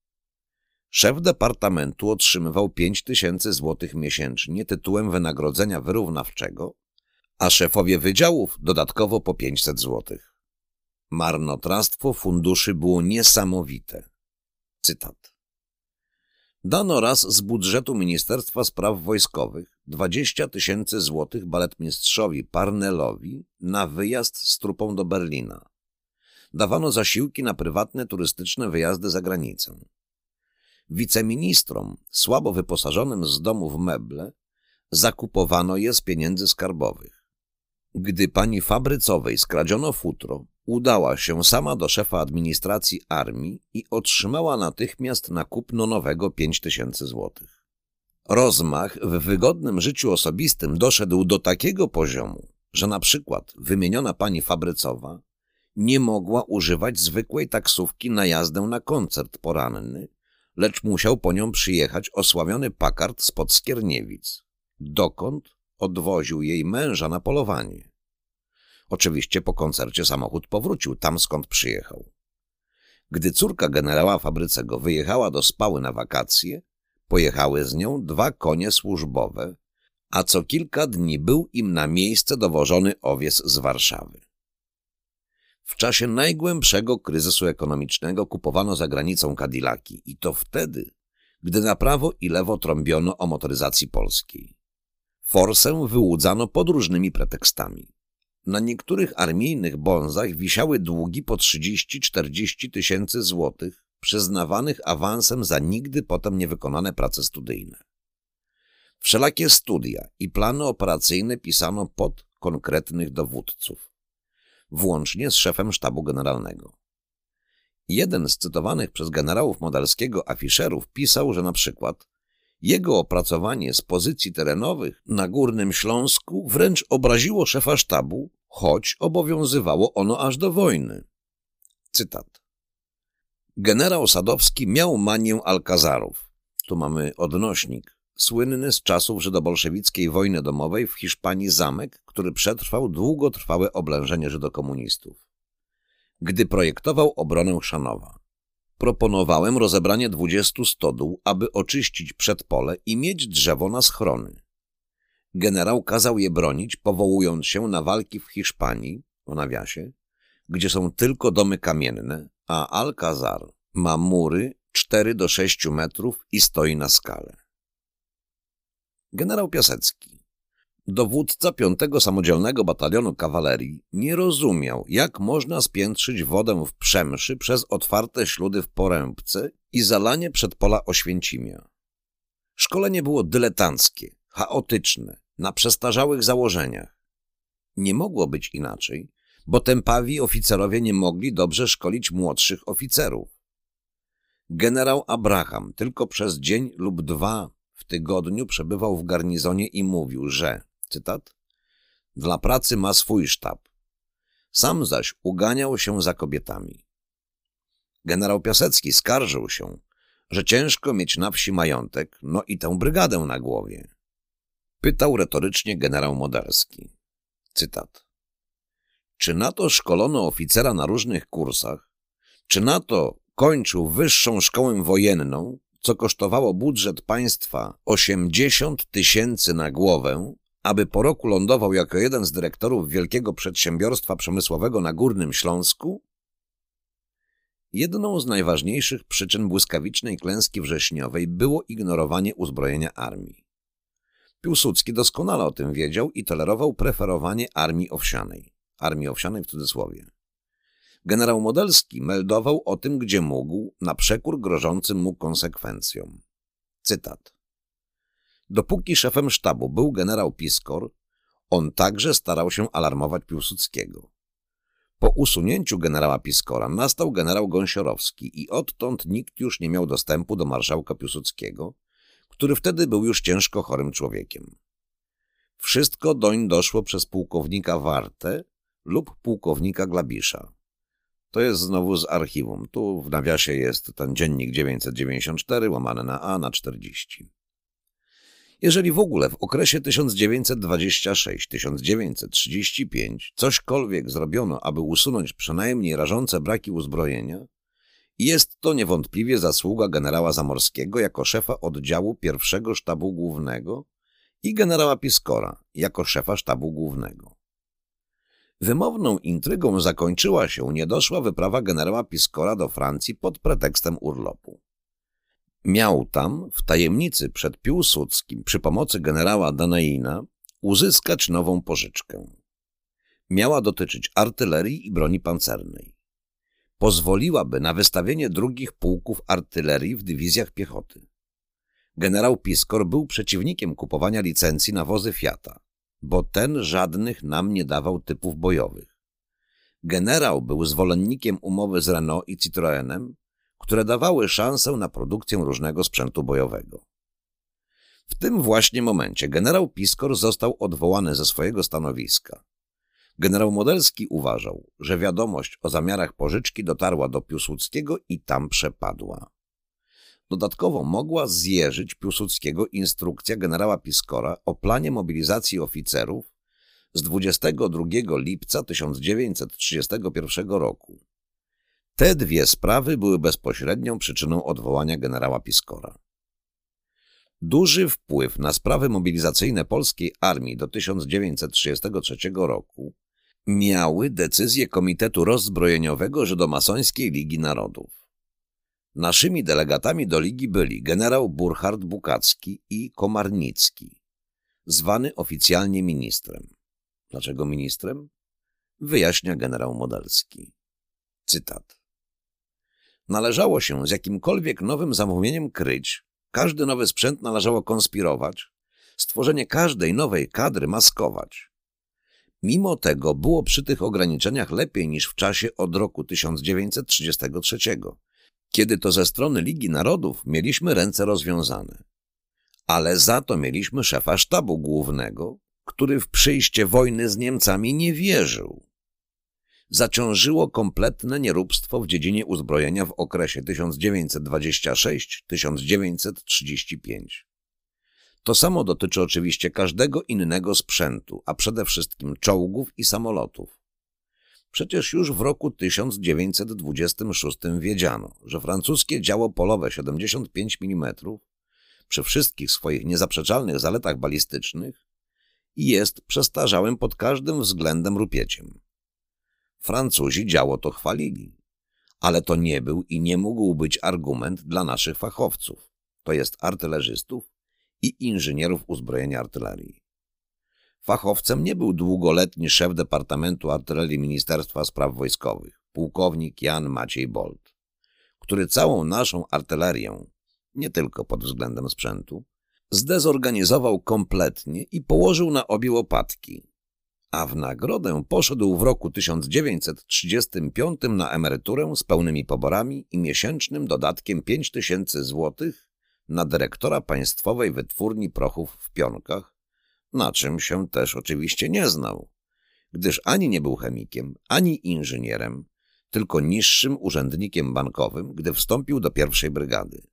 Szef departamentu otrzymywał 5 000 złotych miesięcznie tytułem wynagrodzenia wyrównawczego, a szefowie wydziałów dodatkowo po 500 złotych. Marnotrawstwo funduszy było niesamowite. Cytat. Dano raz z budżetu Ministerstwa Spraw Wojskowych 20 000 złotych baletmistrzowi Parnelowi na wyjazd z trupą do Berlina. Dawano zasiłki na prywatne turystyczne wyjazdy za granicę. Wiceministrom, słabo wyposażonym z domu w meble, zakupowano je z pieniędzy skarbowych. Gdy pani Fabrycowej skradziono futro, udała się sama do szefa administracji armii i otrzymała natychmiast na kupno nowego 5 000 złotych. Rozmach w wygodnym życiu osobistym doszedł do takiego poziomu, że na przykład wymieniona pani Fabrycowa nie mogła używać zwykłej taksówki na jazdę na koncert poranny, lecz musiał po nią przyjechać osławiony Packard spod Skierniewic, dokąd odwoził jej męża na polowanie. Oczywiście po koncercie samochód powrócił tam, skąd przyjechał. Gdy córka generała Fabrycego wyjechała do Spały na wakacje, pojechały z nią 2 konie służbowe, a co kilka dni był im na miejsce dowożony owiec z Warszawy. W czasie najgłębszego kryzysu ekonomicznego kupowano za granicą Cadillaki i to wtedy, gdy na prawo i lewo trąbiono o motoryzacji polskiej. Forsę wyłudzano pod różnymi pretekstami. Na niektórych armijnych bonzach wisiały długi po 30-40 tysięcy złotych, przyznawanych awansem za nigdy potem niewykonane prace studyjne. Wszelakie studia i plany operacyjne pisano pod konkretnych dowódców, włącznie z szefem sztabu generalnego. Jeden z cytowanych przez generałów Modelskiego afiszerów pisał, że na przykład jego opracowanie z pozycji terenowych na Górnym Śląsku wręcz obraziło szefa sztabu, choć obowiązywało ono aż do wojny. Cytat. Generał Sadowski miał manię alkazarów. Tu mamy odnośnik. Słynny z czasów żydobolszewickiej wojny domowej w Hiszpanii zamek, który przetrwał długotrwałe oblężenie żydokomunistów. Gdy projektował obronę Chrzanowa, proponowałem rozebranie 20 stodół, aby oczyścić przedpole i mieć drzewo na schrony. Generał kazał je bronić, powołując się na walki w Hiszpanii, w nawiasie, gdzie są tylko domy kamienne, a Alcazar ma mury 4 do 6 metrów i stoi na skale. Generał Piasecki, dowódca 5. Samodzielnego Batalionu Kawalerii, nie rozumiał, jak można spiętrzyć wodę w Przemszy przez otwarte śludy w Porębce i zalanie przedpola Oświęcimia. Szkolenie było dyletanckie, chaotyczne, na przestarzałych założeniach. Nie mogło być inaczej, bo tępawi oficerowie nie mogli dobrze szkolić młodszych oficerów. Generał Abraham tylko przez dzień lub 2 w tygodniu przebywał w garnizonie i mówił, że, cytat, dla pracy ma swój sztab. Sam zaś uganiał się za kobietami. Generał Piasecki skarżył się, że ciężko mieć na wsi majątek, no i tę brygadę na głowie. Pytał retorycznie generał Modelski. Cytat. Czy na to szkolono oficera na różnych kursach, czy na to kończył wyższą szkołę wojenną, co kosztowało budżet państwa 80 000 na głowę, aby po roku lądował jako jeden z dyrektorów wielkiego przedsiębiorstwa przemysłowego na Górnym Śląsku? Jedną z najważniejszych przyczyn błyskawicznej klęski wrześniowej było ignorowanie uzbrojenia armii. Piłsudski doskonale o tym wiedział i tolerował preferowanie armii owsianej w cudzysłowie. Generał Modelski meldował o tym, gdzie mógł, na przekór grożącym mu konsekwencjom. Cytat. Dopóki szefem sztabu był generał Piskor, on także starał się alarmować Piłsudskiego. Po usunięciu generała Piskora nastał generał Gąsiorowski i odtąd nikt już nie miał dostępu do marszałka Piłsudskiego, który wtedy był już ciężko chorym człowiekiem. Wszystko doń doszło przez pułkownika Wartę lub pułkownika Glabisza. To jest znowu z archiwum. Tu w nawiasie jest ten dziennik 994 łamane na A na 40. Jeżeli w ogóle w okresie 1926-1935 cośkolwiek zrobiono, aby usunąć przynajmniej rażące braki uzbrojenia, jest to niewątpliwie zasługa generała Zamorskiego jako szefa oddziału I Sztabu Głównego i generała Piskora jako szefa Sztabu Głównego. Wymowną intrygą zakończyła się niedoszła wyprawa generała Piskora do Francji pod pretekstem urlopu. Miał tam, w tajemnicy przed Piłsudskim, przy pomocy generała Danaina, uzyskać nową pożyczkę. Miała dotyczyć artylerii i broni pancernej. Pozwoliłaby na wystawienie drugich pułków artylerii w dywizjach piechoty. Generał Piskor był przeciwnikiem kupowania licencji na wozy Fiata, bo ten żadnych nam nie dawał typów bojowych. Generał był zwolennikiem umowy z Renault i Citroenem, które dawały szansę na produkcję różnego sprzętu bojowego. W tym właśnie momencie generał Piskor został odwołany ze swojego stanowiska. Generał Modelski uważał, że wiadomość o zamiarach pożyczki dotarła do Piłsudskiego i tam przepadła. Dodatkowo mogła zjeżyć Piłsudskiego instrukcja generała Piskora o planie mobilizacji oficerów z 22 lipca 1931 roku. Te dwie sprawy były bezpośrednią przyczyną odwołania generała Piskora. Duży wpływ na sprawy mobilizacyjne polskiej armii do 1933 roku miały decyzje Komitetu Rozzbrojeniowego Żydomasońskiej Ligi Narodów. Naszymi delegatami do Ligi byli generał Burchard Bukacki i Komarnicki, zwany oficjalnie ministrem. Dlaczego ministrem? Wyjaśnia generał Modelski. Cytat. Należało się z jakimkolwiek nowym zamówieniem kryć, każdy nowy sprzęt należało konspirować, stworzenie każdej nowej kadry maskować. Mimo tego było przy tych ograniczeniach lepiej niż w czasie od roku 1933, kiedy to ze strony Ligi Narodów mieliśmy ręce rozwiązane. Ale za to mieliśmy szefa sztabu głównego, który w przyjście wojny z Niemcami nie wierzył. Zaciążyło kompletne nieróbstwo w dziedzinie uzbrojenia w okresie 1926-1935. To samo dotyczy oczywiście każdego innego sprzętu, a przede wszystkim czołgów i samolotów. Przecież już w roku 1926 wiedziano, że francuskie działo polowe 75 mm przy wszystkich swoich niezaprzeczalnych zaletach balistycznych jest przestarzałym pod każdym względem rupieciem. Francuzi działo to chwalili, ale to nie był i nie mógł być argument dla naszych fachowców, to jest artylerzystów i inżynierów uzbrojenia artylerii. Fachowcem nie był długoletni szef Departamentu Artylerii Ministerstwa Spraw Wojskowych, pułkownik Jan Maciej Bolt, który całą naszą artylerię, nie tylko pod względem sprzętu, zdezorganizował kompletnie i położył na obie łopatki, a w nagrodę poszedł w roku 1935 na emeryturę z pełnymi poborami i miesięcznym dodatkiem 5000 złotych na dyrektora Państwowej Wytwórni Prochów w Pionkach, na czym się też oczywiście nie znał, gdyż ani nie był chemikiem, ani inżynierem, tylko niższym urzędnikiem bankowym, gdy wstąpił do pierwszej brygady.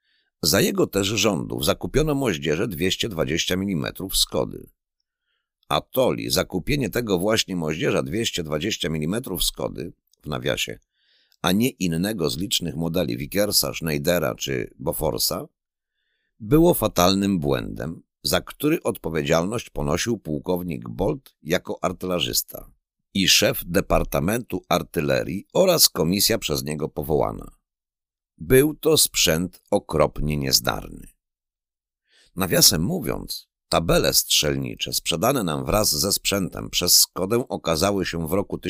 Za jego też rządów zakupiono moździerze 220 mm Skody, Atoli zakupienie tego właśnie moździerza 220 mm Skody, w nawiasie, a nie innego z licznych modeli Vickersa, Schneidera czy Boforsa, było fatalnym błędem, za który odpowiedzialność ponosił pułkownik Bolt jako artylerzysta i szef Departamentu Artylerii oraz komisja przez niego powołana. Był to sprzęt okropnie niezdarny. Nawiasem mówiąc, tabele strzelnicze sprzedane nam wraz ze sprzętem przez Skodę okazały się w roku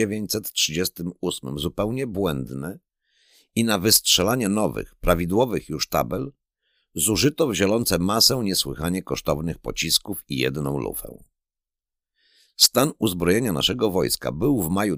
1938 zupełnie błędne i na wystrzelanie nowych, prawidłowych już tabel zużyto w zielonce masę niesłychanie kosztownych pocisków i jedną lufę. Stan uzbrojenia naszego wojska był w maju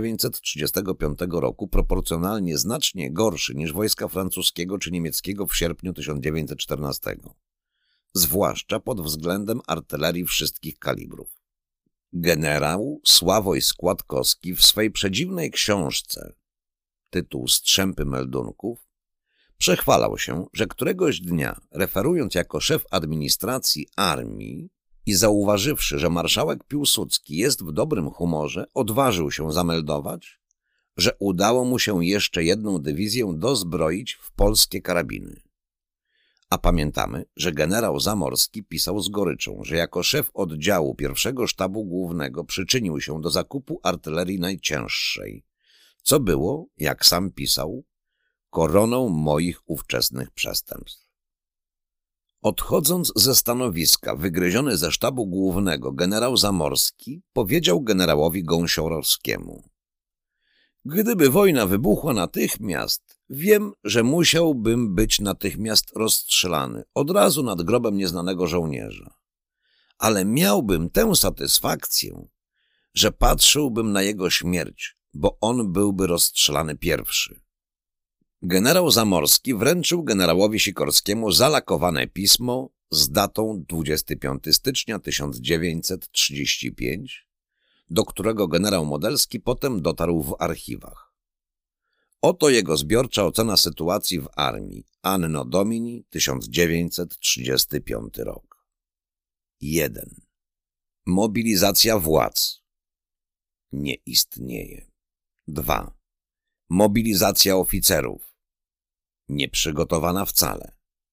1935 roku proporcjonalnie znacznie gorszy niż wojska francuskiego czy niemieckiego w sierpniu 1914, zwłaszcza pod względem artylerii wszystkich kalibrów. Generał Sławoj Składkowski w swej przedziwnej książce, tytuł Strzępy meldunków, przechwalał się, że któregoś dnia, referując jako szef administracji armii i zauważywszy, że marszałek Piłsudski jest w dobrym humorze, odważył się zameldować, że udało mu się jeszcze jedną dywizję dozbroić w polskie karabiny. A pamiętamy, że generał Zamorski pisał z goryczą, że jako szef oddziału pierwszego sztabu głównego przyczynił się do zakupu artylerii najcięższej, co było, jak sam pisał, koroną moich ówczesnych przestępstw. Odchodząc ze stanowiska, wygryziony ze sztabu głównego generał Zamorski powiedział generałowi Gąsiorowskiemu: gdyby wojna wybuchła natychmiast, wiem, że musiałbym być natychmiast rozstrzelany, od razu nad grobem nieznanego żołnierza. Ale miałbym tę satysfakcję, że patrzyłbym na jego śmierć, bo on byłby rozstrzelany pierwszy. Generał Zamorski wręczył generałowi Sikorskiemu zalakowane pismo z datą 25 stycznia 1935, do którego generał Modelski potem dotarł w archiwach. Oto jego zbiorcza ocena sytuacji w armii Anno Domini 1935 rok. 1. Mobilizacja władz. Nie istnieje. 2. Mobilizacja oficerów. Nieprzygotowana wcale.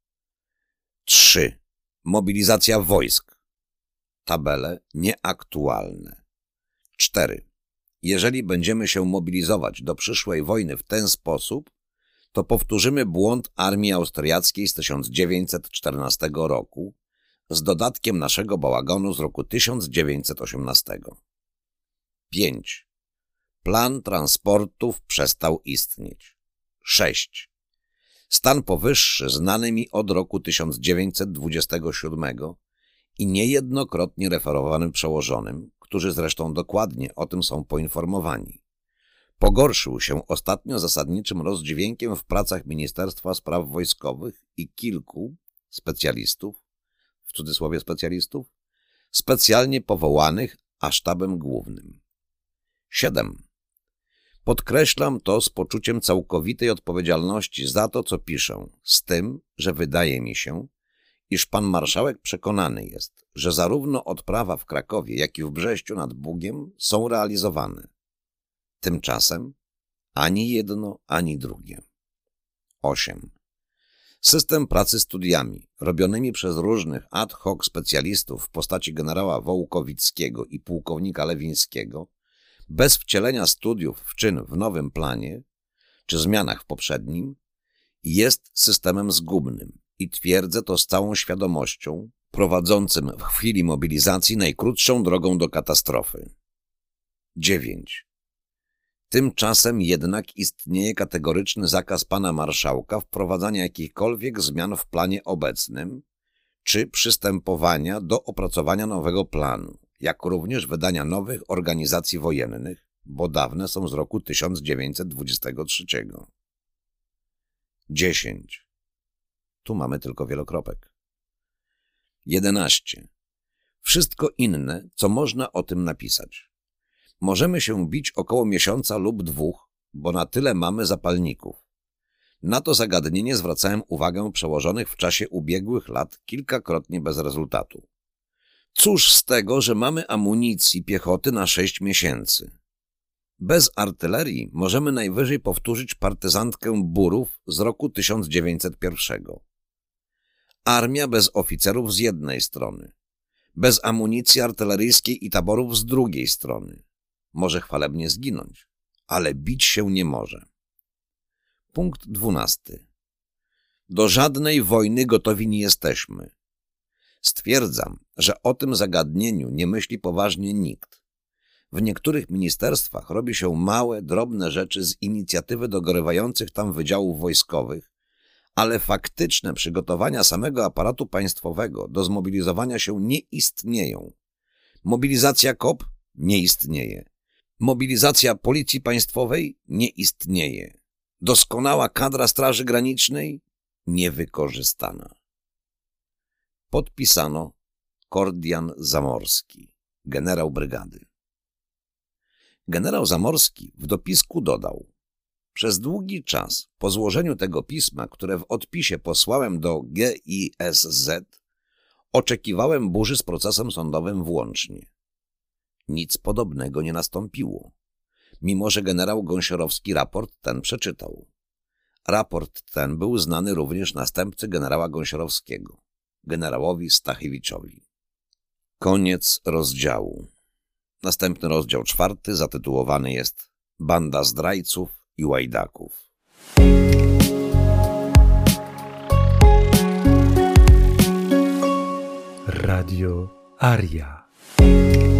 3. Mobilizacja wojsk. Tabele nieaktualne. 4. Jeżeli będziemy się mobilizować do przyszłej wojny w ten sposób, to powtórzymy błąd armii austriackiej z 1914 roku z dodatkiem naszego bałaganu z roku 1918. 5. Plan transportów przestał istnieć. 6. Stan powyższy znany mi od roku 1927 i niejednokrotnie referowany przełożonym, którzy zresztą dokładnie o tym są poinformowani. Pogorszył się ostatnio zasadniczym rozdźwiękiem w pracach Ministerstwa Spraw Wojskowych i kilku specjalistów, w cudzysłowie specjalistów, specjalnie powołanych a sztabem głównym. 7. Podkreślam to z poczuciem całkowitej odpowiedzialności za to, co piszę, z tym, że wydaje mi się, iż pan marszałek przekonany jest, że zarówno odprawa w Krakowie, jak i w Brześciu nad Bugiem są realizowane. Tymczasem ani jedno, ani drugie. 8. System pracy studiami, robionymi przez różnych ad hoc specjalistów w postaci generała Wołkowickiego i pułkownika Lewińskiego, bez wcielenia studiów w czyn w nowym planie, czy zmianach w poprzednim, jest systemem zgubnym i twierdzę to z całą świadomością, prowadzącym w chwili mobilizacji najkrótszą drogą do katastrofy. 9. Tymczasem jednak istnieje kategoryczny zakaz pana marszałka wprowadzania jakichkolwiek zmian w planie obecnym, czy przystępowania do opracowania nowego planu, jak również wydania nowych organizacji wojennych, bo dawne są z roku 1923. 10. Tu mamy tylko wielokropek. 11. Wszystko inne, co można o tym napisać. Możemy się bić około miesiąca lub 2, bo na tyle mamy zapalników. Na to zagadnienie zwracałem uwagę przełożonych w czasie ubiegłych lat kilkakrotnie bez rezultatu. Cóż z tego, że mamy amunicji piechoty na 6 miesięcy? Bez artylerii możemy najwyżej powtórzyć partyzantkę Burów z roku 1901. Armia bez oficerów z jednej strony, bez amunicji artyleryjskiej i taborów z drugiej strony. Może chwalebnie zginąć, ale bić się nie może. Punkt 12. Do żadnej wojny gotowi nie jesteśmy. Stwierdzam, że o tym zagadnieniu nie myśli poważnie nikt. W niektórych ministerstwach robi się małe, drobne rzeczy z inicjatywy dogorywających tam wydziałów wojskowych, ale faktyczne przygotowania samego aparatu państwowego do zmobilizowania się nie istnieją. Mobilizacja KOP nie istnieje. Mobilizacja Policji Państwowej nie istnieje. Doskonała kadra Straży Granicznej niewykorzystana. Podpisano Kordian Zamorski, generał brygady. Generał Zamorski w dopisku dodał: przez długi czas po złożeniu tego pisma, które w odpisie posłałem do GISZ, oczekiwałem burzy z procesem sądowym włącznie. Nic podobnego nie nastąpiło, mimo że generał Gąsiorowski raport ten przeczytał. Raport ten był znany również następcy generała Gąsiorowskiego, generałowi Stachiewiczowi. Koniec rozdziału. Następny rozdział 4 zatytułowany jest Banda zdrajców i łajdaków. Radio Aria.